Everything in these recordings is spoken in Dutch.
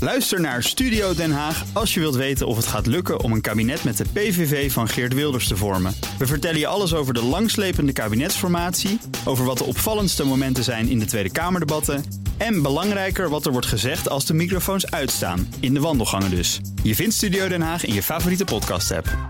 Luister naar Studio Den Haag als je wilt weten of het gaat lukken om een kabinet met de PVV van Geert Wilders te vormen. We vertellen je alles over de langslepende kabinetsformatie, over wat de opvallendste momenten zijn in de Tweede Kamerdebatten en belangrijker wat er wordt gezegd als de microfoons uitstaan, in de wandelgangen dus. Je vindt Studio Den Haag in je favoriete podcast-app.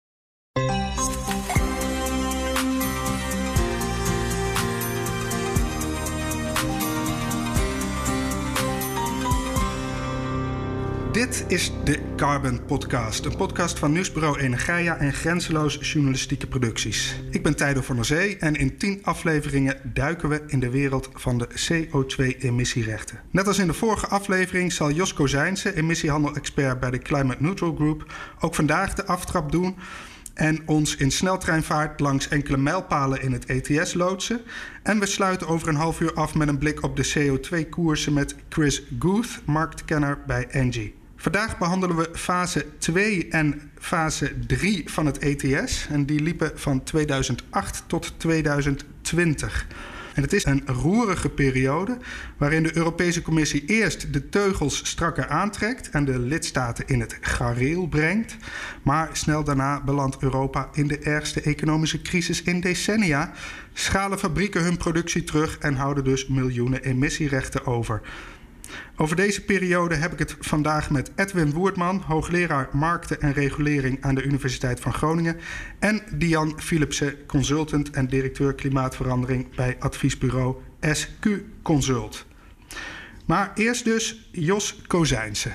Dit is de Carbon Podcast, een podcast van Nieuwsbureau Energia en grenzeloos journalistieke producties. Ik ben Tijdo van der Zee en in 10 afleveringen duiken we in de wereld van de CO2-emissierechten. Net als in de vorige aflevering zal Jos Kozijnse, emissiehandel-expert bij de Climate Neutral Group, ook vandaag de aftrap doen en ons in sneltreinvaart langs enkele mijlpalen in het ETS loodsen. En we sluiten over een half uur af met een blik op de CO2-koersen met Chris Guth, marktkenner bij Engie. Vandaag behandelen we fase 2 en fase 3 van het ETS. En die liepen van 2008 tot 2020. En het is een roerige periode waarin de Europese Commissie eerst de teugels strakker aantrekt en de lidstaten in het gareel brengt. Maar snel daarna belandt Europa in de ergste economische crisis in decennia. Schalen fabrieken hun productie terug en houden dus miljoenen emissierechten over. Over deze periode heb ik het vandaag met Edwin Woertman, hoogleraar markten en regulering aan de Universiteit van Groningen, en Dian Philipsen, consultant en directeur klimaatverandering bij adviesbureau SQ Consult. Maar eerst dus Jos Kozijnse.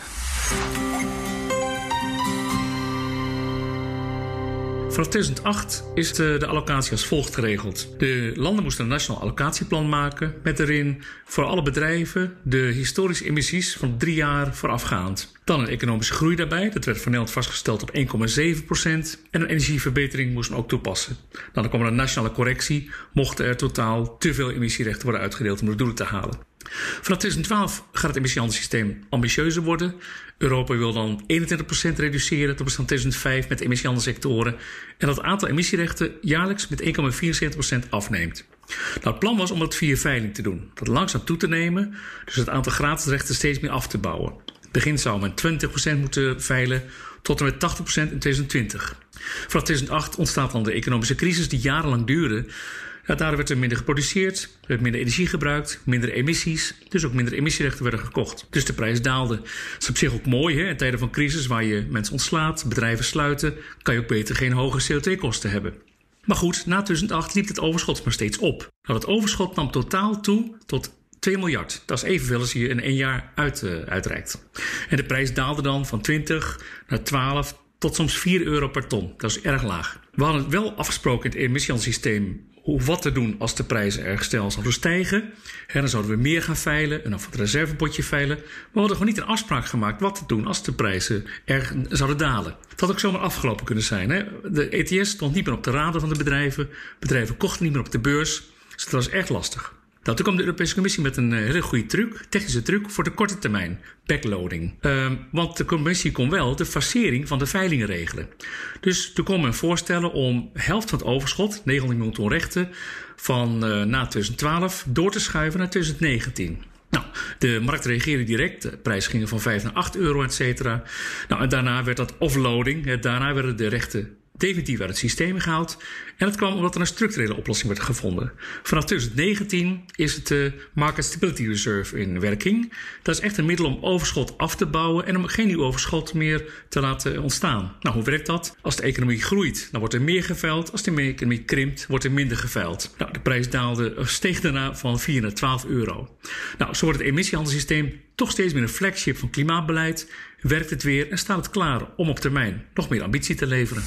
Vanaf 2008 is de allocatie als volgt geregeld. De landen moesten een nationaal allocatieplan maken met erin voor alle bedrijven de historische emissies van 3 jaar voorafgaand. Dan een economische groei daarbij, dat werd van Nederland vastgesteld op 1,7%. En een energieverbetering moest men ook toepassen. Dan kwam er een nationale correctie, mochten er totaal te veel emissierechten worden uitgedeeld om de doelen te halen. Vanaf 2012 gaat het emissiehandelssysteem ambitieuzer worden. Europa wil dan 21% reduceren ten opzichte van 2005 met emissiehandelssectoren. En dat aantal emissierechten jaarlijks met 1,74% afneemt. Nou, het plan was om dat via veiling te doen. Dat langzaam toe te nemen, dus het aantal gratis rechten steeds meer af te bouwen. In het begin zou men 20% moeten veilen tot en met 80% in 2020. Vanaf 2008 ontstaat dan de economische crisis die jarenlang duurde. Ja, daardoor werd er minder geproduceerd, er werd minder energie gebruikt, minder emissies, dus ook minder emissierechten werden gekocht. Dus de prijs daalde. Dat is op zich ook mooi, hè? In tijden van crisis waar je mensen ontslaat, bedrijven sluiten, kan je ook beter geen hoge CO2-kosten hebben. Maar goed, na 2008 liep het overschot maar steeds op. Nou, dat overschot nam totaal toe tot 2 miljard. Dat is evenveel als je in 1 jaar uitreikt. En de prijs daalde dan van 20 naar 12 tot soms €4 per ton. Dat is erg laag. We hadden het wel afgesproken in het emissiehandelssysteem wat te doen als de prijzen erg snel zouden stijgen. Dan zouden we meer gaan veilen en of het reservepotje veilen. Maar we hadden gewoon niet een afspraak gemaakt wat te doen als de prijzen erg zouden dalen. Dat had ook zomaar afgelopen kunnen zijn. Hè? De ETS stond niet meer op de radar van de bedrijven. Bedrijven kochten niet meer op de beurs. Dus dat was echt lastig. Nou, toen kwam de Europese Commissie met een hele goede truc, technische truc voor de korte termijn, backloading. Want de Commissie kon wel de fasering van de veilingen regelen. Dus toen kon men voorstellen om helft van het overschot, 900 miljoen ton rechten, van na 2012 door te schuiven naar 2019. Nou, de markt reageerde direct. De prijs ging van 5 naar €8, et cetera. Nou, en daarna werd dat offloading. Daarna werden de rechten definitief uit het systeem gehaald. En dat kwam omdat er een structurele oplossing werd gevonden. Vanaf 2019 is het Market Stability Reserve in werking. Dat is echt een middel om overschot af te bouwen en om geen nieuw overschot meer te laten ontstaan. Nou, hoe werkt dat? Als de economie groeit, dan wordt er meer geveild. Als de economie krimpt, wordt er minder geveild. Nou, de prijs steeg daarna van 4 naar €12. Nou, zo wordt het emissiehandelssysteem toch steeds meer een flagship van klimaatbeleid. Werkt het weer en staat het klaar om op termijn nog meer ambitie te leveren.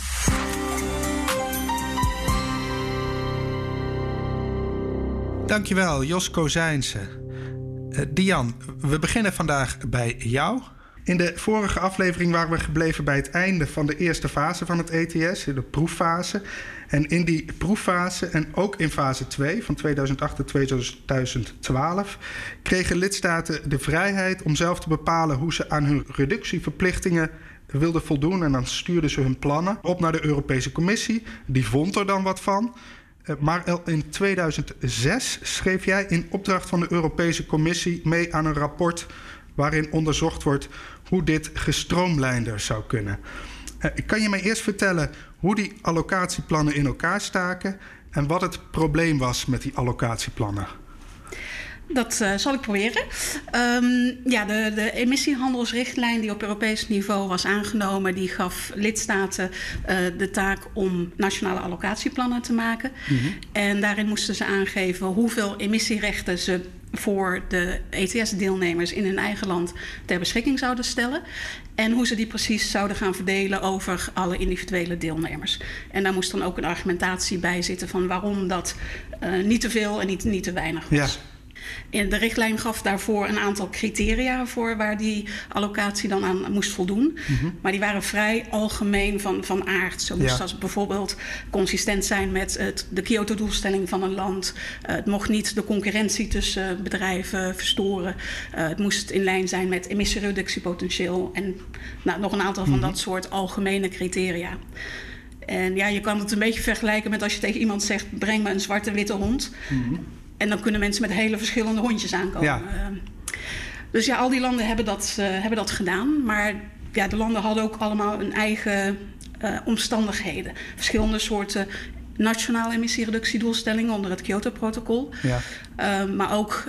Dankjewel, Jos Kozijnse. Dian, we beginnen vandaag bij jou. In de vorige aflevering waren we gebleven bij het einde van de eerste fase van het ETS, de proeffase. En in die proeffase en ook in fase 2 van 2008 tot 2012 kregen lidstaten de vrijheid om zelf te bepalen hoe ze aan hun reductieverplichtingen wilden voldoen. En dan stuurden ze hun plannen op naar de Europese Commissie. Die vond er dan wat van. Maar in 2006 schreef jij in opdracht van de Europese Commissie mee aan een rapport waarin onderzocht wordt hoe dit gestroomlijnder zou kunnen. Kan je mij eerst vertellen hoe die allocatieplannen in elkaar staken en wat het probleem was met die allocatieplannen? Dat zal ik proberen. De emissiehandelsrichtlijn die op Europees niveau was aangenomen, die gaf lidstaten de taak om nationale allocatieplannen te maken. Mm-hmm. En daarin moesten ze aangeven hoeveel emissierechten ze voor de ETS-deelnemers in hun eigen land ter beschikking zouden stellen. En hoe ze die precies zouden gaan verdelen over alle individuele deelnemers. En daar moest dan ook een argumentatie bij zitten van waarom dat niet te veel en niet te weinig was. Ja. En de richtlijn gaf daarvoor een aantal criteria voor waar die allocatie dan aan moest voldoen. Mm-hmm. Maar die waren vrij algemeen van aard. Zo moest dat bijvoorbeeld consistent zijn met de Kyoto-doelstelling van een land. Het mocht niet de concurrentie tussen bedrijven verstoren. Het moest in lijn zijn met emissiereductiepotentieel. En nog een aantal van dat soort algemene criteria. En ja, je kan het een beetje vergelijken met als je tegen iemand zegt, breng me een zwarte witte hond. Mm-hmm. En dan kunnen mensen met hele verschillende hondjes aankomen. Ja. Dus ja, al die landen hebben dat gedaan. Maar ja, de landen hadden ook allemaal hun eigen omstandigheden. Verschillende soorten nationale emissiereductiedoelstellingen onder het Kyoto-protocol. Ja. Maar ook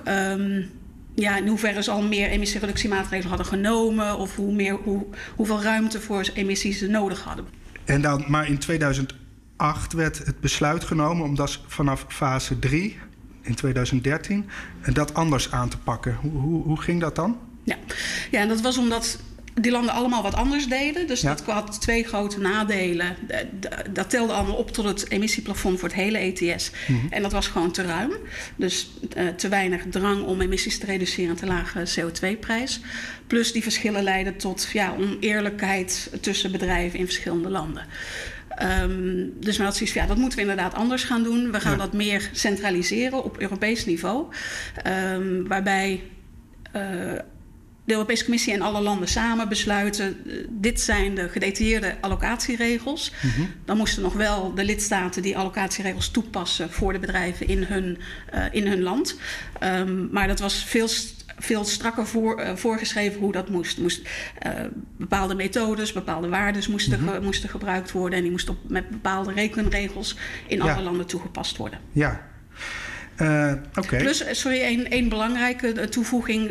in hoeverre ze al meer emissiereductiemaatregelen hadden genomen. Of hoeveel ruimte voor emissies ze nodig hadden. En dan, maar in 2008 werd het besluit genomen om dat vanaf fase 3... in 2013, dat anders aan te pakken. Hoe ging dat dan? Ja, en dat was omdat die landen allemaal wat anders deden. Dus dat had 2 grote nadelen. Dat telde allemaal op tot het emissieplafond voor het hele ETS. Mm-hmm. En dat was gewoon te ruim. Dus te weinig drang om emissies te reduceren en te lage CO2-prijs. Plus die verschillen leiden tot oneerlijkheid tussen bedrijven in verschillende landen. Dus men had zoiets van, dat moeten we inderdaad anders gaan doen. We gaan dat meer centraliseren op Europees niveau. Waarbij de Europese Commissie en alle landen samen besluiten, dit zijn de gedetailleerde allocatieregels. Mm-hmm. Dan moesten nog wel de lidstaten die allocatieregels toepassen voor de bedrijven in hun land. Maar dat was veel strakker voorgeschreven hoe dat moest. Bepaalde methodes, bepaalde waarden moesten gebruikt worden. En die moesten met bepaalde rekenregels in alle landen toegepast worden. Ja. Okay. Plus, één belangrijke toevoeging.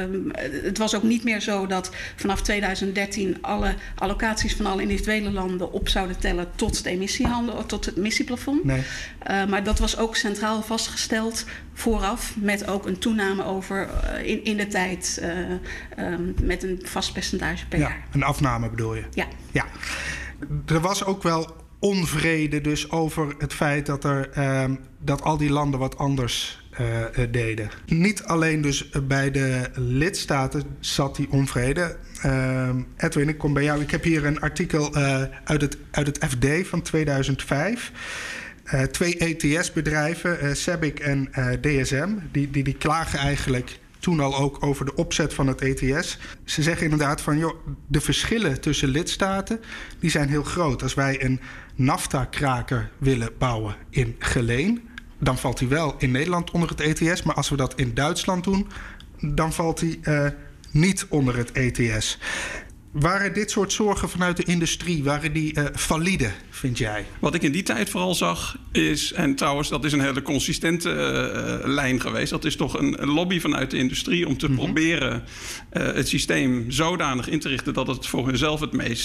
Het was ook niet meer zo dat vanaf 2013 alle allocaties van alle individuele landen op zouden tellen tot de emissiehandel, tot het emissieplafond. Nee. Maar dat was ook centraal vastgesteld vooraf, met ook een toename over in de tijd met een vast percentage per jaar. Een afname bedoel je? Ja. Er was ook wel onvrede dus over het feit dat al die landen wat anders deden. Niet alleen dus bij de lidstaten zat die onvrede. Edwin, ik kom bij jou. Ik heb hier een artikel uit het FD van 2005. 2 ETS-bedrijven, SEBIC en DSM, die klagen eigenlijk toen al ook over de opzet van het ETS. Ze zeggen inderdaad van, de verschillen tussen lidstaten, die zijn heel groot. Als wij een NAFTA-kraker willen bouwen in Geleen, dan valt die wel in Nederland onder het ETS. Maar als we dat in Duitsland doen, dan valt die niet onder het ETS. Waren dit soort zorgen vanuit de industrie, waren die valide, vind jij? Wat ik in die tijd vooral zag is, en trouwens dat is een hele consistente lijn geweest, dat is toch een lobby vanuit de industrie om te proberen het systeem zodanig in te richten dat het voor hunzelf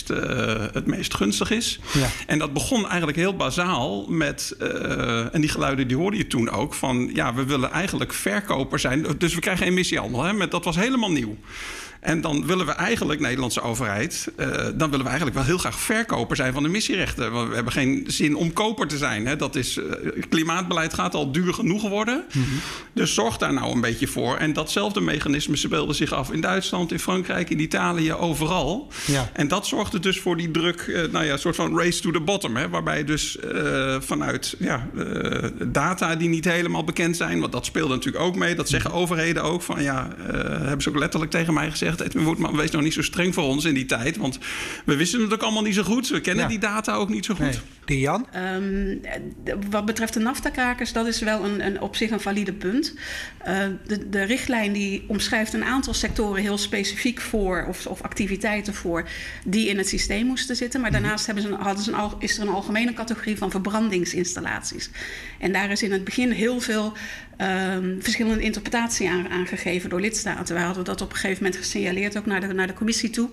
het meest gunstig is. Ja. En dat begon eigenlijk heel bazaal met, en die geluiden die hoorde je toen ook, van we willen eigenlijk verkoper zijn, dus we krijgen emissiehandel. Hè? Dat was helemaal nieuw. En dan willen we eigenlijk, Nederlandse overheid, dan willen we eigenlijk wel heel graag verkoper zijn van emissierechten. Want we hebben geen zin om koper te zijn. Hè. Dat is, klimaatbeleid gaat al duur genoeg worden. Mm-hmm. Dus zorg daar nou een beetje voor. En datzelfde mechanisme speelde zich af in Duitsland, in Frankrijk, in Italië, overal. Ja. En dat zorgde dus voor die druk, een soort van race to the bottom. Hè, waarbij dus vanuit data die niet helemaal bekend zijn, want dat speelde natuurlijk ook mee. Dat zeggen overheden ook van hebben ze ook letterlijk tegen mij gezegd, Edwin Woerdman, wees nou niet zo streng voor ons in die tijd. Want we wisten het ook allemaal niet zo goed. We kennen die data ook niet zo goed. Nee, Dian? Wat betreft de NAFTA-krakers, dat is wel op zich een valide punt. De richtlijn die omschrijft een aantal sectoren heel specifiek voor, of activiteiten voor, die in het systeem moesten zitten. Maar daarnaast is er een algemene categorie van verbrandingsinstallaties. En daar is in het begin heel veel verschillende interpretatie aan gegeven door lidstaten. Wij hadden dat op een gegeven moment gesignaleerd ook naar de commissie toe.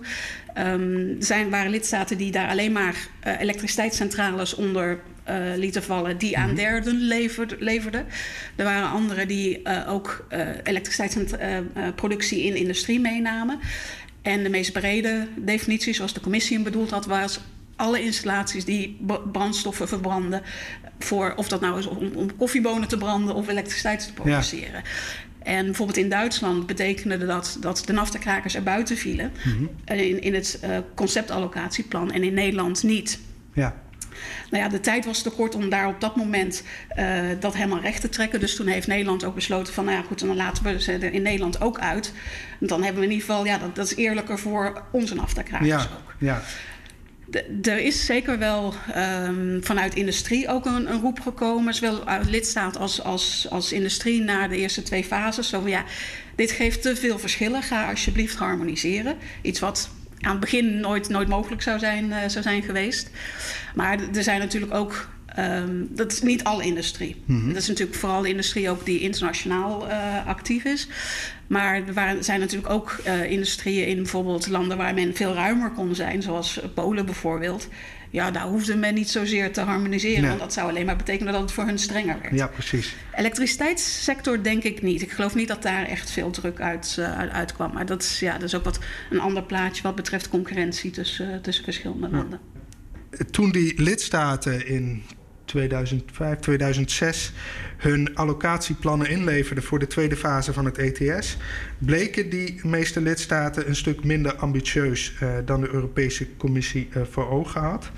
Waren lidstaten die daar alleen maar elektriciteitscentrales onder lieten vallen die aan derden leverden. Er waren anderen die ook elektriciteitsproductie in industrie meenamen. En de meest brede definitie, zoals de commissie hem bedoeld had, was alle installaties die brandstoffen verbranden, of dat nou is om koffiebonen te branden of elektriciteit te produceren. Ja. En bijvoorbeeld in Duitsland betekende dat de NAFTA-krakers er buiten vielen in het conceptallocatieplan en in Nederland niet. Ja. Nou ja, de tijd was te kort om daar op dat moment dat helemaal recht te trekken. Dus toen heeft Nederland ook besloten van, nou ja goed, dan laten we ze er in Nederland ook uit. Dan hebben we in ieder geval, dat is eerlijker voor onze NAFTA-krakers ook. Ja. Er is zeker wel vanuit industrie ook een roep gekomen, zowel uit lidstaat als industrie, naar de eerste 2 fases. Zo van, dit geeft te veel verschillen, ga alsjeblieft harmoniseren. Iets wat aan het begin nooit mogelijk zou zijn geweest. Maar er zijn natuurlijk ook, dat is niet alle industrie. Dat is natuurlijk vooral de industrie ook die internationaal actief is. Maar er zijn natuurlijk ook industrieën in bijvoorbeeld landen waar men veel ruimer kon zijn, zoals Polen bijvoorbeeld. Ja, daar hoefde men niet zozeer te harmoniseren, want dat zou alleen maar betekenen dat het voor hun strenger werd. Ja, precies. Elektriciteitssector denk ik niet. Ik geloof niet dat daar echt veel druk uit kwam. Maar dat is ook een ander plaatje wat betreft concurrentie tussen verschillende landen. Toen die lidstaten in 2005, 2006 hun allocatieplannen inleverden voor de tweede fase van het ETS, bleken die meeste lidstaten een stuk minder ambitieus dan de Europese Commissie voor ogen had.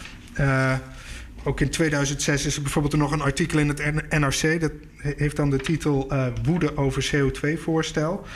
Ook in 2006 is er bijvoorbeeld nog een artikel in het NRC, dat heeft dan de titel Woede over CO2-voorstel.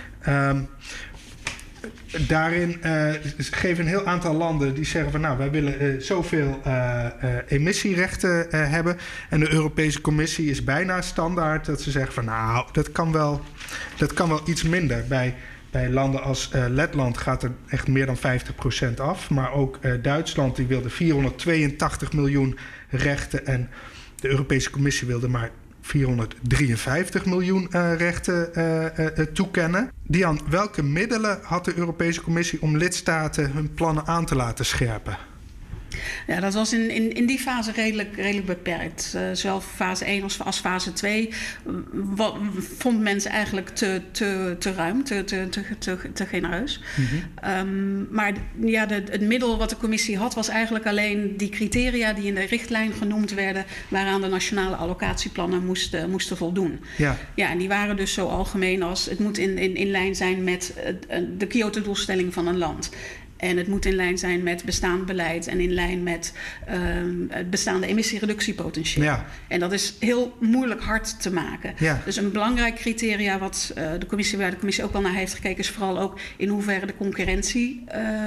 Daarin geven een heel aantal landen die zeggen van, wij willen zoveel emissierechten hebben. En de Europese Commissie is bijna standaard dat ze zeggen van, dat kan wel iets minder. Bij landen als Letland gaat er echt meer dan 50% af. Maar ook Duitsland die wilde 482 miljoen rechten en de Europese Commissie wilde maar 453 miljoen rechten toekennen. Dian, welke middelen had de Europese Commissie om lidstaten hun plannen aan te laten scherpen? Ja, dat was in die fase redelijk beperkt. Zowel fase 1 als fase 2 vond mensen eigenlijk te ruim, te genereus. Maar het middel wat de commissie had was eigenlijk alleen die criteria die in de richtlijn genoemd werden, waaraan de nationale allocatieplannen moesten voldoen. Ja, en die waren dus zo algemeen als het moet in lijn zijn met de Kyoto-doelstelling van een land. En het moet in lijn zijn met bestaand beleid en in lijn met het bestaande emissiereductiepotentieel. Ja. En dat is heel moeilijk hard te maken. Ja. Dus een belangrijk criteria waar de commissie ook wel naar heeft gekeken, is vooral ook in hoeverre de concurrentie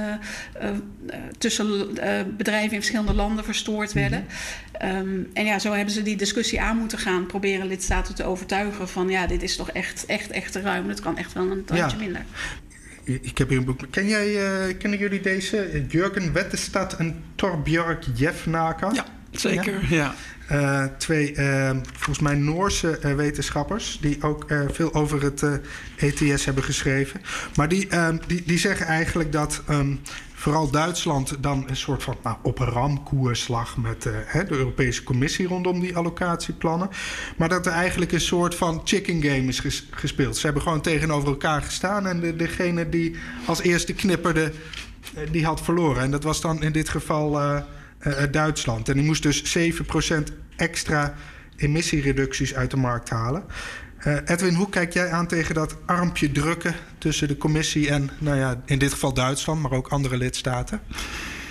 tussen bedrijven in verschillende landen verstoord werden. En zo hebben ze die discussie aan moeten gaan, proberen lidstaten te overtuigen van dit is toch echt te ruim. Het kan echt wel een tandje minder. Ik heb hier een boek. Kennen jullie deze? Jürgen Wettestad en Torbjörg Jevnaker? Ja, zeker. Ja. 2 volgens mij Noorse wetenschappers die ook veel over het ETS hebben geschreven. Maar die zeggen eigenlijk dat vooral Duitsland dan een soort van op een ramkoers lag met de Europese Commissie rondom die allocatieplannen. Maar dat er eigenlijk een soort van chicken game is gespeeld. Ze hebben gewoon tegenover elkaar gestaan en degene die als eerste knipperde, die had verloren. En dat was dan in dit geval Duitsland. En die moest dus 7% extra emissiereducties uit de markt halen. Edwin, hoe kijk jij aan tegen dat armpje drukken tussen de commissie en, in dit geval Duitsland, maar ook andere lidstaten?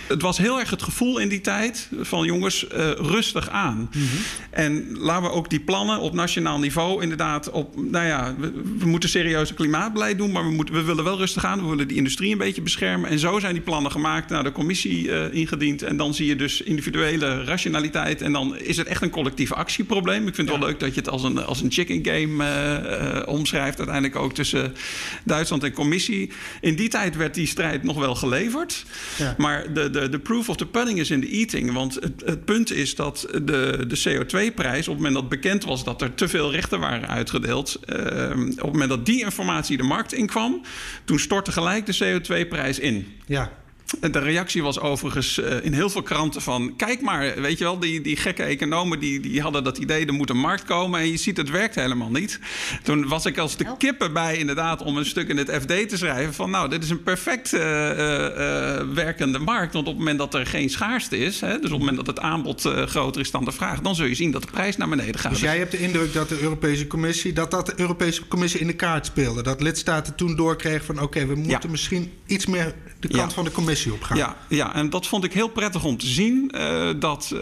het was heel erg het gevoel in die tijd van jongens, rustig aan. Mm-hmm. En laten we ook die plannen op nationaal niveau inderdaad we moeten serieuze klimaatbeleid doen, maar we willen wel rustig aan. We willen die industrie een beetje beschermen. En zo zijn die plannen gemaakt, naar de commissie ingediend. En dan zie je dus individuele rationaliteit. En dan is het echt een collectief actieprobleem. Ik vind het wel leuk dat je het als een chicken game omschrijft. Uiteindelijk ook tussen Duitsland en commissie. In die tijd werd die strijd nog wel geleverd. Ja. Maar de proof of the pudding is in the eating. Want het punt is dat de CO2-prijs, op het moment dat bekend was dat er te veel rechten waren uitgedeeld, op het moment dat die informatie de markt inkwam, toen stortte gelijk de CO2-prijs in. Ja. De reactie was overigens in heel veel kranten van, kijk maar, weet je wel, die gekke economen die hadden dat idee, er moet een markt komen en je ziet, het werkt helemaal niet. Toen was ik als de kippen bij inderdaad om een stuk in het FD te schrijven van, nou, dit is een perfect werkende markt, want op het moment dat er geen schaarste is, dus op het moment dat het aanbod groter is dan de vraag, dan zul je zien dat de prijs naar beneden gaat. Dus jij hebt de indruk dat de Europese Commissie in de kaart speelde, dat lidstaten toen doorkregen van, oké, we moeten misschien iets meer de kant van de commissie opgaan. Ja, en dat vond ik heel prettig om te zien. Dat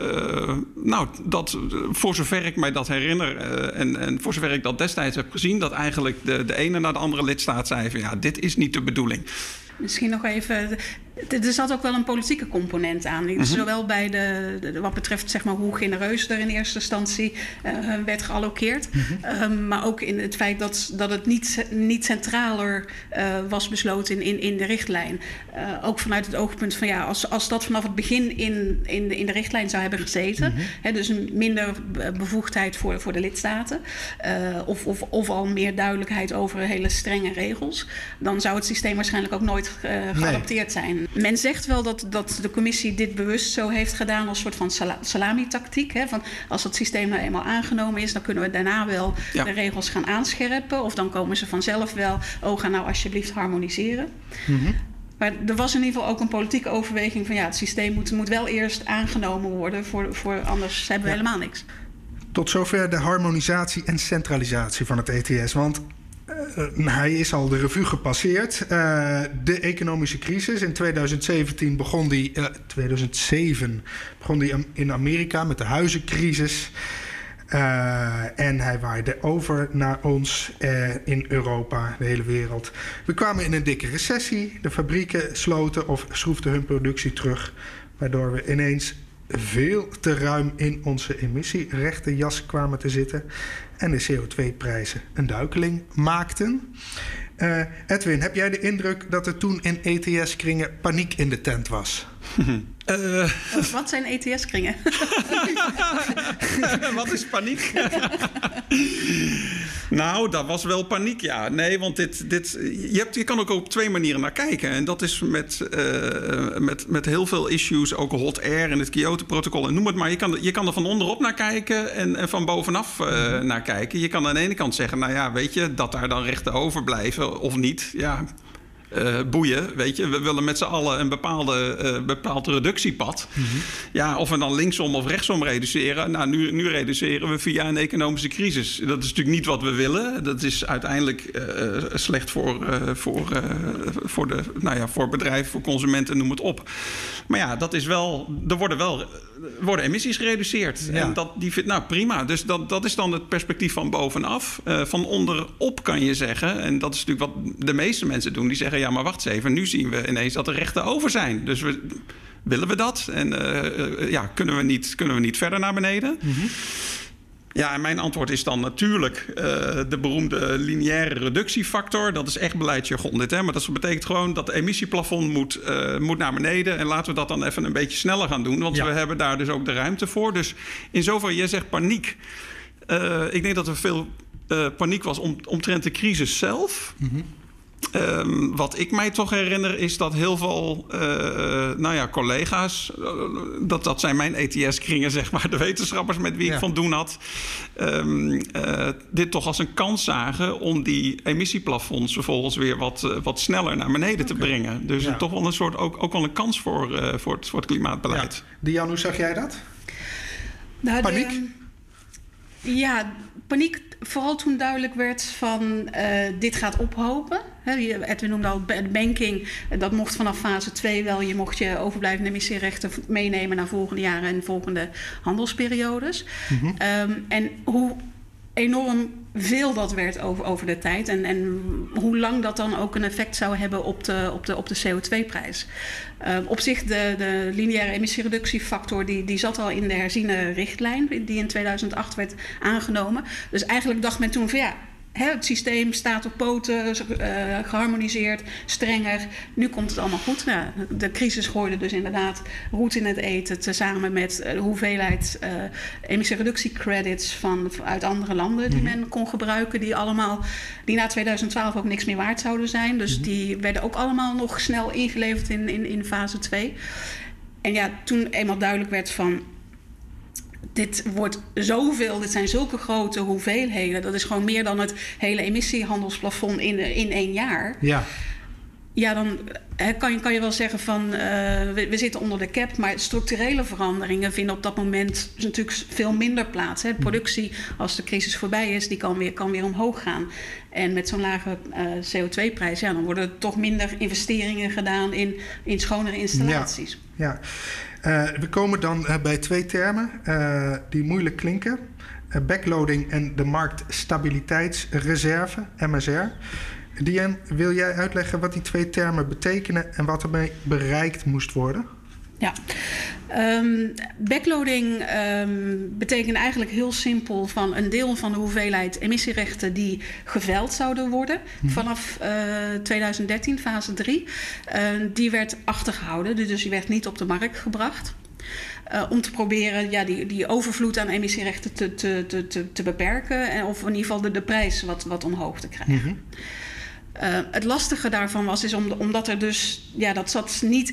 voor zover ik mij dat herinner en voor zover ik dat destijds heb gezien, dat eigenlijk de ene naar de andere lidstaat zei van, dit is niet de bedoeling. Misschien nog even. Er zat ook wel een politieke component aan. Mm-hmm. Zowel bij wat betreft zeg maar, hoe genereus er in eerste instantie werd gealloceerd. Mm-hmm. Maar ook in het feit dat het niet centraler was besloten in de richtlijn. Ook vanuit het oogpunt van als dat vanaf het begin in de richtlijn zou hebben gezeten. Mm-hmm. Dus een minder bevoegdheid voor de lidstaten. Of al meer duidelijkheid over hele strenge regels. Dan zou het systeem waarschijnlijk ook nooit geadapteerd zijn. Men zegt wel dat de commissie dit bewust zo heeft gedaan als soort van salami-tactiek. Hè? Van als het systeem nou eenmaal aangenomen is, dan kunnen we daarna wel de regels gaan aanscherpen. Of dan komen ze vanzelf wel, ga nou alsjeblieft harmoniseren. Mm-hmm. Maar er was in ieder geval ook een politieke overweging van het systeem moet wel eerst aangenomen worden, voor anders hebben we helemaal niks. Tot zover de harmonisatie en centralisatie van het ETS. Want hij is al de revue gepasseerd. De economische crisis. In 2007 begon die in Amerika met de huizencrisis. En hij waaide over naar ons in Europa, de hele wereld. We kwamen in een dikke recessie. De fabrieken sloten of schroefden hun productie terug. Waardoor we ineens veel te ruim in onze emissierechtenjas kwamen te zitten. En de CO2-prijzen een duikeling maakten. Edwin, heb jij de indruk dat er toen in ETS-kringen paniek in de tent was? Wat zijn ETS-kringen? Wat is paniek? Nou, dat was wel paniek, ja. Nee, want je kan ook op twee manieren naar kijken. En dat is met heel veel issues, ook hot air en het Kyoto-protocol en noem het maar. Je kan er van onderop naar kijken en van bovenaf naar kijken. Je kan aan de ene kant zeggen, weet je, dat daar dan rechten overblijven of niet. Ja, boeien, weet je. We willen met z'n allen een bepaald reductiepad. Mm-hmm. Ja, of we dan linksom of rechtsom reduceren. Nou, nu reduceren we via een economische crisis. Dat is natuurlijk niet wat we willen. Dat is uiteindelijk slecht voor bedrijven, voor consumenten, noem het op. Maar dat is wel. Er worden emissies gereduceerd. Ja. En prima. Dus dat is dan het perspectief van bovenaf. Van onderop kan je zeggen, en dat is natuurlijk wat de meeste mensen doen, die zeggen, maar wacht eens even, nu zien we ineens dat er rechten over zijn. Dus willen we dat? En kunnen we niet verder naar beneden? Mm-hmm. Ja, en mijn antwoord is dan natuurlijk de beroemde lineaire reductiefactor. Dat is echt beleidsjargon dit, hè? Maar dat betekent gewoon dat het emissieplafond moet naar beneden. En laten we dat dan even een beetje sneller gaan doen. Want we hebben daar dus ook de ruimte voor. Dus in zoverre, jij zegt paniek. Ik denk dat er veel paniek was omtrent de crisis zelf. Mm-hmm. Wat ik mij toch herinner is dat heel veel collega's, dat zijn mijn ETS-kringen, zeg maar, de wetenschappers met wie ik van doen had, dit toch als een kans zagen om die emissieplafonds vervolgens weer wat sneller naar beneden te brengen. Dus toch wel een soort, ook wel een kans voor het klimaatbeleid. Ja. Dian, hoe zag jij dat? Nou, paniek? Ja, paniek vooral toen duidelijk werd van dit gaat ophopen. Edwin noemde al de banking. Dat mocht vanaf fase 2 wel. Je mocht je overblijvende emissierechten meenemen naar volgende jaren en volgende handelsperiodes. Mm-hmm. En hoe enorm veel dat werd over de tijd. En hoe lang dat dan ook een effect zou hebben op de CO2-prijs. Op zich, de lineaire emissiereductiefactor die zat al in de herziene richtlijn die in 2008 werd aangenomen. Dus eigenlijk dacht men toen van het systeem staat op poten, geharmoniseerd, strenger. Nu komt het allemaal goed. Nou, de crisis gooide dus inderdaad roet in het eten, tezamen met de hoeveelheid emissiereductiecredits uit andere landen die men kon gebruiken, die na 2012 ook niks meer waard zouden zijn. Dus die werden ook allemaal nog snel ingeleverd in fase 2. En toen eenmaal duidelijk werd van dit wordt zoveel, dit zijn zulke grote hoeveelheden. Dat is gewoon meer dan het hele emissiehandelsplafond in 1 jaar. Ja. Ja, dan kan je wel zeggen van we zitten onder de cap, maar structurele veranderingen vinden op dat moment natuurlijk veel minder plaats. De productie, als de crisis voorbij is, die kan weer omhoog gaan. En met zo'n lage CO2-prijs, dan worden er toch minder investeringen gedaan in schonere installaties. Ja. We komen dan bij 2 termen die moeilijk klinken. Backloading en de marktstabiliteitsreserve, MSR. Diane, wil jij uitleggen wat die 2 termen betekenen en wat ermee bereikt moest worden? Ja, backloading betekent eigenlijk heel simpel van een deel van de hoeveelheid emissierechten die geveild zouden worden vanaf 2013, fase 3. Die werd achtergehouden, dus die werd niet op de markt gebracht. Om te proberen die overvloed aan emissierechten te beperken of in ieder geval de prijs wat omhoog te krijgen. Mm-hmm. Het lastige daarvan was omdat er dus dat zat niet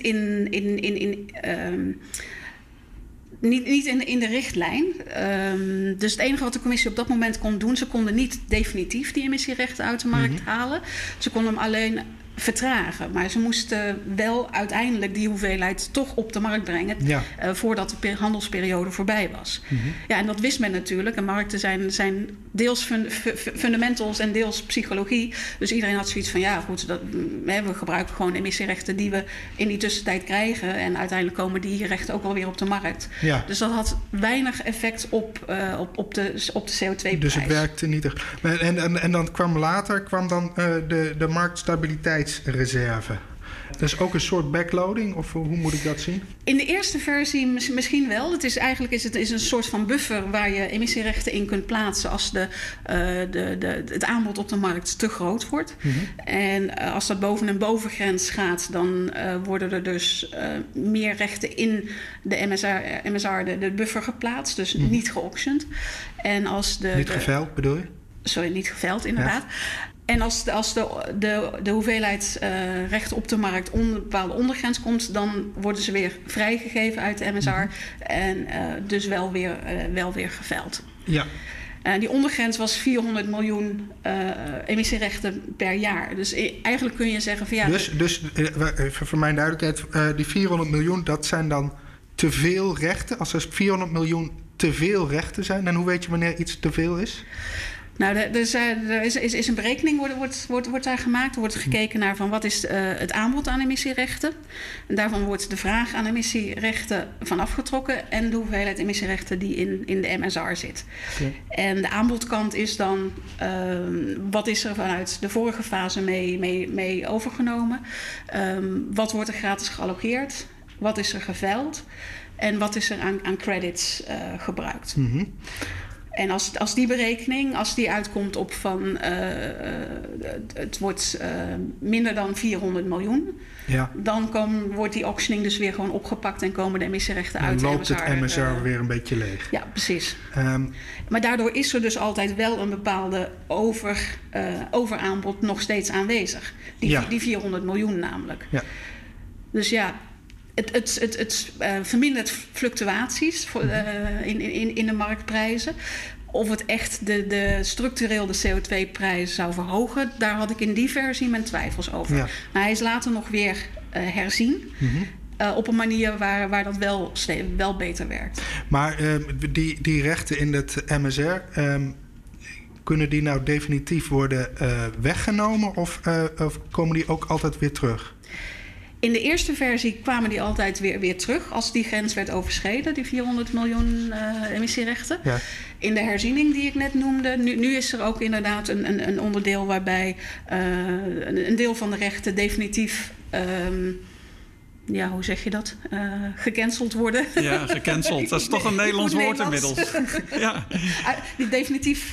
niet in de richtlijn. Dus het enige wat de commissie op dat moment kon doen, ze konden niet definitief die emissierechten uit de markt halen. Ze konden hem alleen vertragen. Maar ze moesten wel uiteindelijk die hoeveelheid toch op de markt brengen voordat de handelsperiode voorbij was. Mm-hmm. Ja, en dat wist men natuurlijk. En markten zijn deels fundamentals en deels psychologie. Dus iedereen had zoiets van we gebruiken gewoon emissierechten die we in die tussentijd krijgen. En uiteindelijk komen die rechten ook wel weer op de markt. Ja. Dus dat had weinig effect op de CO2-prijs. Dus het werkte niet echt. En dan kwam later de marktstabiliteitsreserve. Dat is ook een soort backloading, of hoe moet ik dat zien? In de eerste versie misschien wel. Het is een soort van buffer waar je emissierechten in kunt plaatsen als het aanbod op de markt te groot wordt. Mm-hmm. En als dat boven een bovengrens gaat, dan worden er dus meer rechten in de MSR, de buffer geplaatst, dus niet geauctioned. En als niet geveild, bedoel je? Sorry, niet geveild, inderdaad. Ja. En als de hoeveelheid rechten op de markt onder een bepaalde ondergrens komt, dan worden ze weer vrijgegeven uit de MSR en dus wel weer geveild. Ja. Die ondergrens was 400 miljoen emissierechten per jaar. Dus eigenlijk kun je zeggen van Dus voor mijn duidelijkheid, die 400 miljoen, dat zijn dan te veel rechten? Als er 400 miljoen te veel rechten zijn, dan hoe weet je wanneer iets te veel is? Nou, er is een berekening wordt daar gemaakt. Er wordt gekeken naar van wat is het aanbod aan emissierechten. En daarvan wordt de vraag aan emissierechten van afgetrokken en de hoeveelheid emissierechten die in de MSR zit. Okay. En de aanbodkant is dan wat is er vanuit de vorige fase mee overgenomen. Wat wordt er gratis gealloceerd? Wat is er geveild? En wat is er aan credits gebruikt? Mm-hmm. En als die berekening, als die uitkomt op van het wordt minder dan 400 miljoen, dan wordt die auctioning dus weer gewoon opgepakt en komen de emissierechten uit de MSR. Dan loopt het MSR weer een beetje leeg. Ja, precies. Maar daardoor is er dus altijd wel een bepaalde overaanbod nog steeds aanwezig. Die 400 miljoen namelijk. Ja. Dus het vermindert fluctuaties in de marktprijzen. Of het echt structureel de CO2-prijs zou verhogen, daar had ik in die versie mijn twijfels over. Ja. Maar hij is later nog weer herzien. Mm-hmm. op een manier waar dat wel beter werkt. Maar die rechten in het MSR... kunnen die nou definitief worden weggenomen of komen die ook altijd weer terug? In de eerste versie kwamen die altijd weer terug als die grens werd overschreden, die 400 miljoen emissierechten. Ja. In de herziening die ik net noemde, nu is er ook inderdaad een onderdeel waarbij een deel van de rechten definitief... hoe zeg je dat? Gecanceld worden. Ja, gecanceld. Dat is toch een Nederlands woord inmiddels. Ja. Die definitief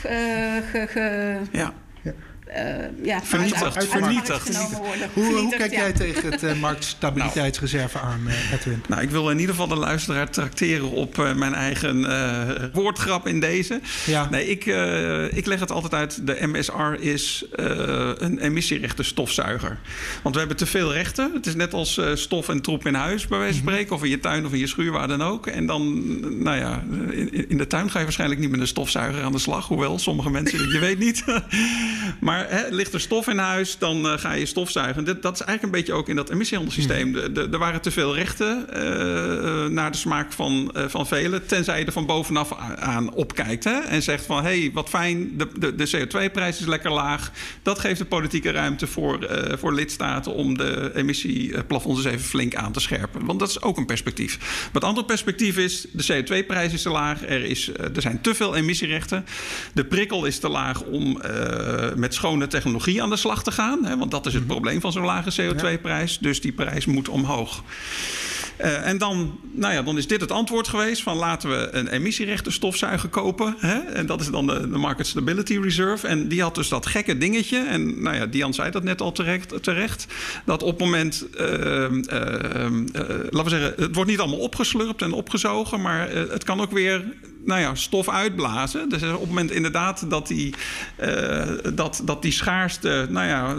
vernietigd. Hoe kijk jij tegen het marktstabiliteitsreserve aan, Edwin? Nou, ik wil in ieder geval de luisteraar trakteren op mijn eigen woordgrap in deze. Ja. Nee, ik leg het altijd uit. De MSR is een emissierechten stofzuiger. Want we hebben te veel rechten. Het is net als stof en troep in huis, bij wijze van spreken. Of in je tuin of in je schuur, waar dan ook. En dan, in de tuin ga je waarschijnlijk niet met een stofzuiger aan de slag. Hoewel, sommige mensen, je weet niet. Maar ligt er stof in huis, dan ga je stofzuigen. Dat is eigenlijk een beetje ook in dat emissiehandelssysteem. Er waren te veel rechten naar de smaak van velen. Tenzij je er van bovenaf aan opkijkt. Hè, en zegt van, wat fijn, de CO2-prijs is lekker laag. Dat geeft de politieke ruimte voor lidstaten om de emissieplafonds eens even flink aan te scherpen. Want dat is ook een perspectief. Maar het andere perspectief is, de CO2-prijs is te laag. Er zijn te veel emissierechten. De prikkel is te laag om met schone technologie aan de slag te gaan. Hè, want dat is het probleem van zo'n lage CO2-prijs. Ja. Dus die prijs moet omhoog. En dan is dit het antwoord geweest van laten we een emissierechten stofzuiger kopen. Hè? En dat is dan de Market Stability Reserve. En die had dus dat gekke dingetje. En Dian zei dat net al terecht. Dat op het moment, laten we zeggen, het wordt niet allemaal opgeslurpt en opgezogen. Maar het kan ook weer stof uitblazen. Dus op het moment inderdaad dat die schaarste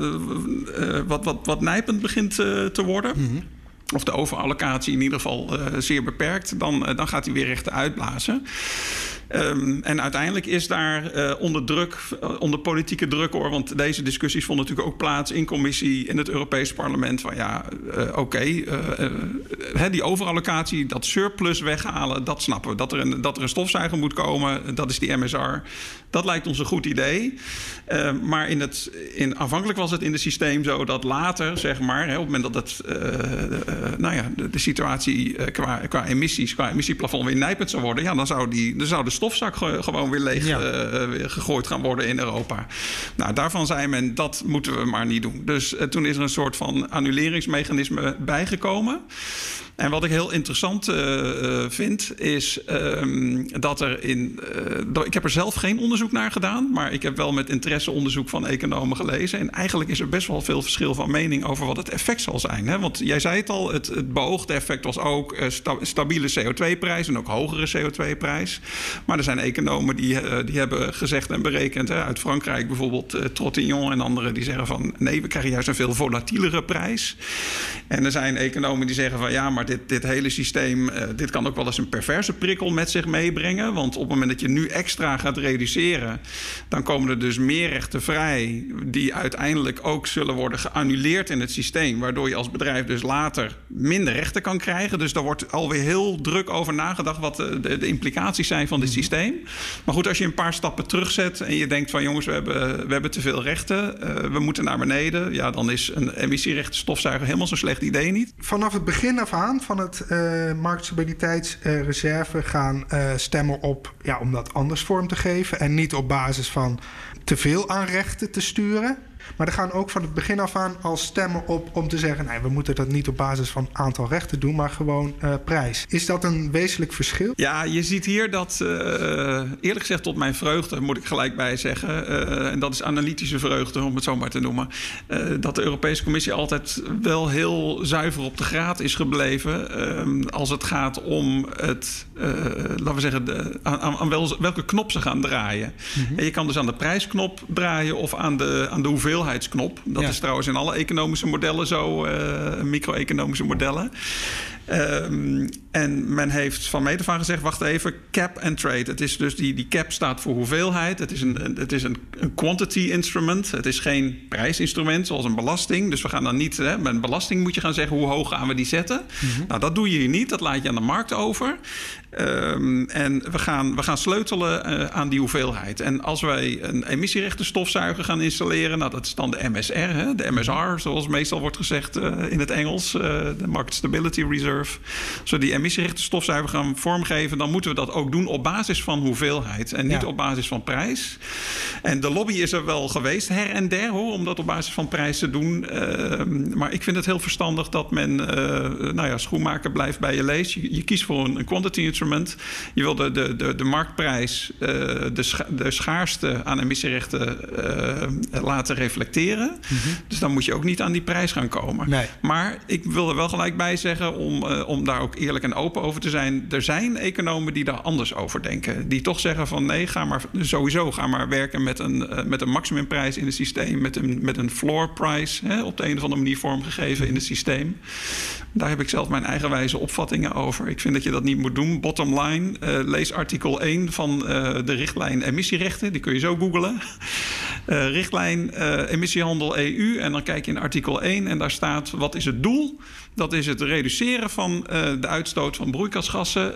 wat nijpend begint te worden. Mm-hmm. Of de overallocatie in ieder geval zeer beperkt, dan gaat hij weer rechten uitblazen. En uiteindelijk is daar onder politieke druk hoor, want deze discussies vonden natuurlijk ook plaats in commissie in het Europees Parlement. Van die overallocatie, dat surplus weghalen, dat snappen we. Dat er een stofzuiger moet komen, dat is die MSR. Dat lijkt ons een goed idee. Maar aanvankelijk was het in het systeem zo dat later, zeg maar, op het moment dat de situatie qua emissieplafond weer nijpend zou worden, dan zou de stofzak gewoon weer leeg gegooid gaan worden in Europa. Nou, daarvan zei men, dat moeten we maar niet doen. Dus toen is er een soort van annuleringsmechanisme bijgekomen. En wat ik heel interessant vind, is dat er ik heb er zelf geen onderzoek naar gedaan, maar ik heb wel met interesse onderzoek van economen gelezen. En eigenlijk is er best wel veel verschil van mening over wat het effect zal zijn. Hè? Want jij zei het al, het beoogde effect was ook stabiele CO2-prijs en ook hogere CO2-prijs. Maar er zijn economen die hebben gezegd en berekend, uit Frankrijk bijvoorbeeld Trotillon en anderen, die zeggen van nee, we krijgen juist een veel volatielere prijs. En er zijn economen die zeggen van ja, maar dit hele systeem, dit kan ook wel eens een perverse prikkel met zich meebrengen. Want op het moment dat je nu extra gaat reduceren, dan komen er dus meer rechten vrij die uiteindelijk ook zullen worden geannuleerd in het systeem. Waardoor je als bedrijf dus later minder rechten kan krijgen. Dus daar wordt alweer heel druk over nagedacht wat de implicaties zijn van dit systeem. Maar goed, als je een paar stappen terugzet en je denkt van jongens, we hebben te veel rechten, we moeten naar beneden. Ja, dan is een emissierechten stofzuiger helemaal zo'n slecht idee niet. Vanaf het begin af aan van het marktstabiliteitsreserve gaan stemmen op om dat anders vorm te geven en niet op basis van te veel aan rechten te sturen. Maar er gaan ook van het begin af aan al stemmen op om te zeggen, nee, we moeten dat niet op basis van aantal rechten doen, maar gewoon prijs. Is dat een wezenlijk verschil? Ja, je ziet hier dat, eerlijk gezegd tot mijn vreugde, moet ik gelijk bij zeggen, en dat is analytische vreugde, om het zo maar te noemen, dat de Europese Commissie altijd wel heel zuiver op de graad is gebleven als het gaat om het, laten we zeggen, aan welke knop ze gaan draaien. Mm-hmm. En je kan dus aan de prijsknop draaien of aan de hoeveelheidsknop. Dat is trouwens in alle economische modellen zo, micro-economische modellen. En men heeft van meet af aan gezegd, wacht even, cap and trade. Het is dus die cap staat voor hoeveelheid. Het is een quantity instrument. Het is geen prijsinstrument zoals een belasting. Dus we gaan dan niet, met een belasting moet je gaan zeggen, hoe hoog gaan we die zetten? Mm-hmm. Nou, dat doe je hier niet. Dat laat je aan de markt over. En we gaan sleutelen aan die hoeveelheid. En als wij een emissierechtenstofzuiger gaan installeren, nou, dat is dan de MSR, hè? De MSR, zoals meestal wordt gezegd in het Engels, de Market Stability Reserve. Als we die emissierechtenstofzuiger gaan vormgeven, dan moeten we dat ook doen op basis van hoeveelheid en niet op basis van prijs. En de lobby is er wel geweest, her en der, hoor, om dat op basis van prijs te doen. Maar ik vind het heel verstandig dat men, schoenmaker blijft bij je lees. Je kiest voor een quantity instrument. Je wil de marktprijs, de schaarste aan emissierechten laten reflecteren. Mm-hmm. Dus dan moet je ook niet aan die prijs gaan komen. Nee. Maar ik wil er wel gelijk bij zeggen, om daar ook eerlijk en open over te zijn. Er zijn economen die daar anders over denken. Die toch zeggen van nee, ga maar werken met een maximumprijs in het systeem. Met een floor price, op de een of andere manier vormgegeven in het systeem. Daar heb ik zelf mijn eigenwijze opvattingen over. Ik vind dat je dat niet moet doen. Bottom line, lees artikel 1 van de richtlijn emissierechten. Die kun je zo googlen. Richtlijn emissiehandel EU. En dan kijk je in artikel 1 en daar staat, wat is het doel? Dat is het reduceren van de uitstoot van broeikasgassen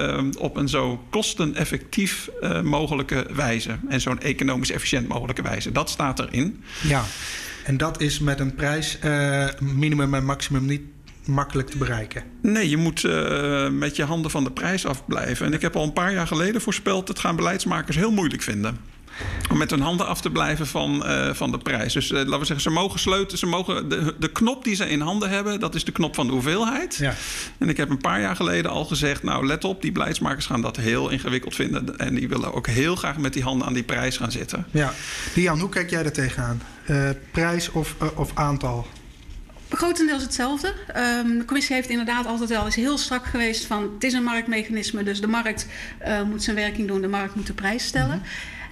op een zo kosteneffectief mogelijke wijze. En zo'n economisch efficiënt mogelijke wijze. Dat staat erin. Ja, en dat is met een prijs minimum en maximum niet makkelijk te bereiken. Nee, je moet met je handen van de prijs afblijven. En ik heb al een paar jaar geleden voorspeld, dat gaan beleidsmakers heel moeilijk vinden. Om met hun handen af te blijven van de prijs. Dus laten we zeggen, ze mogen sleutelen. De knop die ze in handen hebben, dat is de knop van de hoeveelheid. Ja. En ik heb een paar jaar geleden al gezegd, nou let op, die beleidsmakers gaan dat heel ingewikkeld vinden. En die willen ook heel graag met die handen aan die prijs gaan zitten. Ja. Dian, hoe kijk jij er tegenaan? Prijs of aantal? Grotendeels hetzelfde. De commissie heeft inderdaad altijd wel eens heel strak geweest van, het is een marktmechanisme, dus de markt moet zijn werking doen, de markt moet de prijs stellen. Mm-hmm.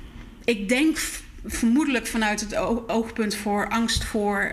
Ik denk vermoedelijk vanuit het oogpunt voor angst voor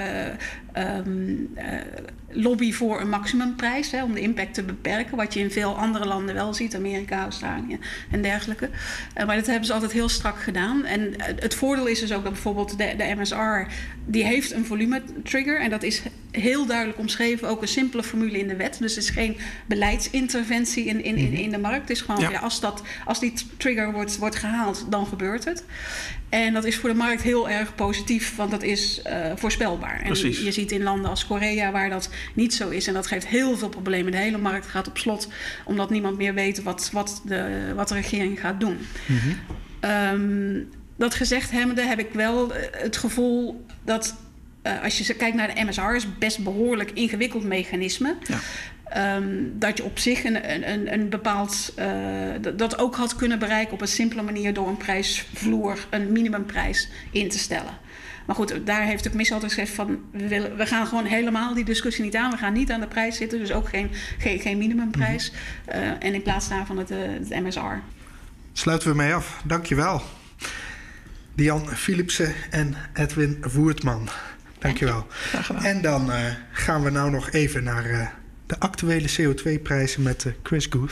lobby voor een maximumprijs, om de impact te beperken, wat je in veel andere landen wel ziet, Amerika, Australië en dergelijke. Maar dat hebben ze altijd heel strak gedaan. En het voordeel is dus ook dat bijvoorbeeld de MSR, die heeft een volume trigger en dat is heel duidelijk omschreven, ook een simpele formule in de wet. Dus het is geen beleidsinterventie in de markt. Het is gewoon, als die trigger wordt gehaald, dan gebeurt het. En dat is voor de markt heel erg positief, want dat is voorspelbaar. En je ziet in landen als Korea waar dat niet zo is. En dat geeft heel veel problemen. De hele markt gaat op slot, omdat niemand meer weet wat de regering gaat doen. Mm-hmm. Dat gezegd hebbende heb ik wel het gevoel dat, als je kijkt naar de MSR, is best behoorlijk ingewikkeld mechanisme. Ja. Dat je op zich een bepaald dat ook had kunnen bereiken op een simpele manier door een prijsvloer, een minimumprijs in te stellen. Maar goed, daar heeft de commissie altijd gezegd van, we gaan gewoon helemaal die discussie niet aan. We gaan niet aan de prijs zitten, dus ook geen minimumprijs. En in plaats daarvan het MSR. Sluiten we mee af. Dankjewel. Dian Philipsen en Edwin Voertman. Dankjewel. En dan gaan we nou nog even naar de actuele CO2-prijzen met Chris Guth.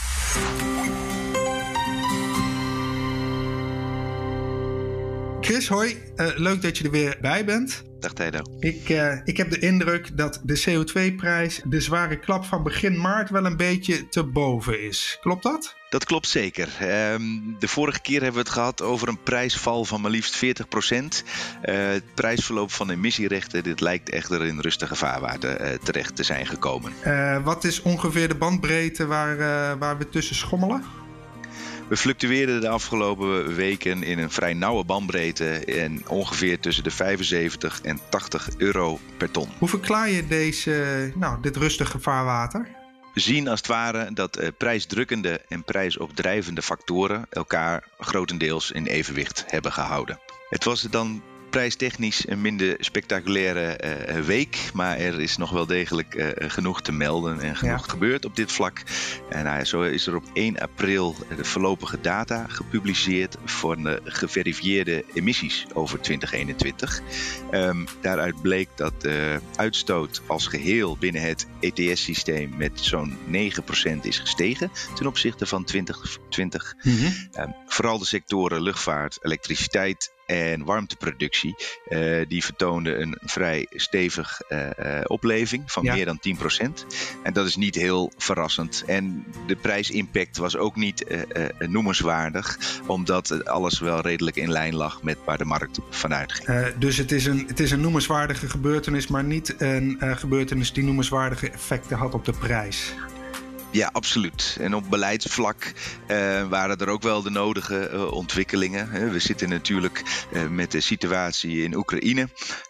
Chris, hoi. Leuk dat je er weer bij bent. Dag Tijdo. Ik heb de indruk dat de CO2-prijs de zware klap van begin maart wel een beetje te boven is. Klopt dat? Dat klopt zeker. De vorige keer hebben we het gehad over een prijsval van maar liefst 40%. Het prijsverloop van emissierechten, dit lijkt echter in rustige vaarwater terecht te zijn gekomen. Wat is ongeveer de bandbreedte waar we tussen schommelen? We fluctueerden de afgelopen weken in een vrij nauwe bandbreedte en ongeveer tussen de 75 en 80 euro per ton. Hoe verklaar je dit rustige vaarwater? We zien als het ware dat prijsdrukkende en prijsopdrijvende factoren elkaar grotendeels in evenwicht hebben gehouden. Het was dan prijstechnisch een minder spectaculaire week. Maar er is nog wel degelijk genoeg te melden en genoeg gebeurd op dit vlak. En zo is er op 1 april de voorlopige data gepubliceerd voor de geverifieerde emissies over 2021. Daaruit bleek dat de uitstoot als geheel binnen het ETS-systeem met zo'n 9% is gestegen ten opzichte van 2020. Vooral de sectoren luchtvaart, elektriciteit en warmteproductie, die vertoonden een vrij stevig opleving van meer dan 10%. En dat is niet heel verrassend. En de prijsimpact was ook niet noemenswaardig, omdat alles wel redelijk in lijn lag met waar de markt vanuit ging. Dus het is een noemenswaardige gebeurtenis, maar niet een gebeurtenis die noemenswaardige effecten had op de prijs. Ja, absoluut. En op beleidsvlak waren er ook wel de nodige ontwikkelingen. We zitten natuurlijk met de situatie in Oekraïne,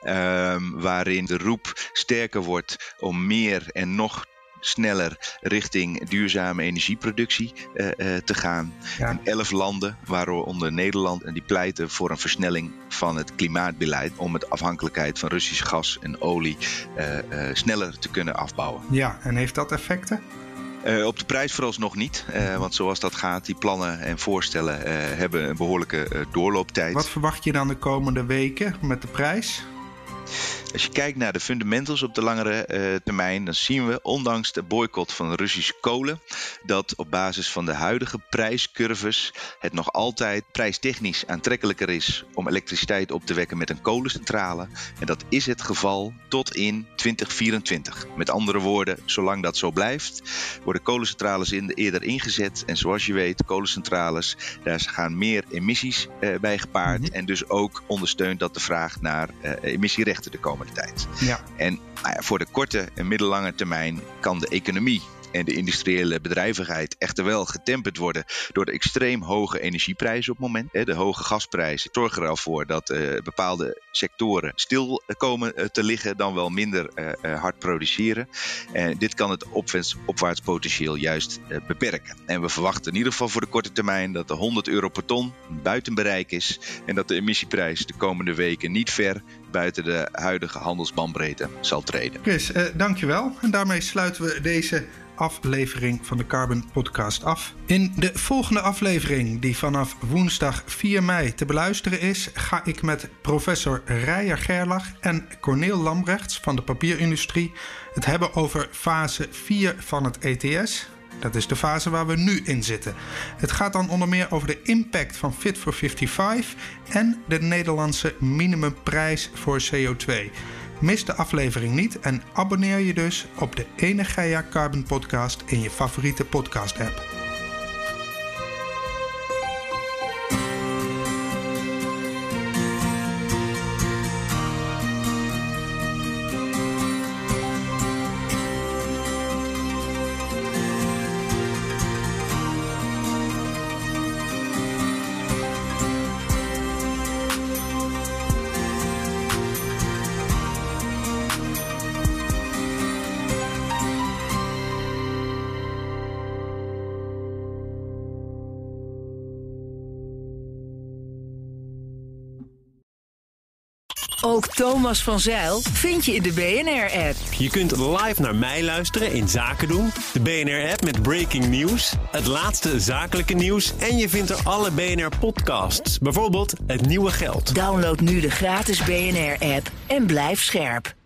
waarin de roep sterker wordt om meer en nog sneller richting duurzame energieproductie te gaan. Ja. En 11 landen, waaronder Nederland, en die pleiten voor een versnelling van het klimaatbeleid om het afhankelijkheid van Russisch gas en olie sneller te kunnen afbouwen. Ja, en heeft dat effecten? Op de prijs vooralsnog niet, want zoals dat gaat, die plannen en voorstellen hebben een behoorlijke doorlooptijd. Wat verwacht je dan de komende weken met de prijs? Als je kijkt naar de fundamentals op de langere termijn, dan zien we, ondanks de boycott van de Russische kolen, dat op basis van de huidige prijscurves het nog altijd prijstechnisch aantrekkelijker is om elektriciteit op te wekken met een kolencentrale. En dat is het geval tot in 2024. Met andere woorden, zolang dat zo blijft, worden kolencentrales eerder ingezet. En zoals je weet, kolencentrales, daar gaan meer emissies bij gepaard. En dus ook ondersteunt dat de vraag naar emissierechten de komende tijd. Ja. En voor de korte en middellange termijn kan de economie en de industriële bedrijvigheid echter wel getemperd worden door de extreem hoge energieprijzen op het moment. De hoge gasprijzen zorgen er al voor dat bepaalde sectoren stil komen te liggen, dan wel minder hard produceren. En dit kan het opwaarts potentieel juist beperken. En we verwachten in ieder geval voor de korte termijn dat de €100 per ton buiten bereik is en dat de emissieprijs de komende weken niet ver buiten de huidige handelsbandbreedte zal treden. Chris, dankjewel. En daarmee sluiten we deze aflevering van de Carbon Podcast af. In de volgende aflevering, die vanaf woensdag 4 mei te beluisteren is, ga ik met professor Reijer Gerlach en Corneel Lambrechts van de papierindustrie het hebben over fase 4 van het ETS. Dat is de fase waar we nu in zitten. Het gaat dan onder meer over de impact van Fit for 55 en de Nederlandse minimumprijs voor CO2. Mis de aflevering niet en abonneer je dus op de Energia Carbon Podcast in je favoriete podcast-app. Ook Thomas van Zijl vind je in de BNR-app. Je kunt live naar mij luisteren in Zaken doen, de BNR-app met breaking news, het laatste zakelijke nieuws en je vindt er alle BNR-podcasts, bijvoorbeeld Het Nieuwe Geld. Download nu de gratis BNR-app en blijf scherp.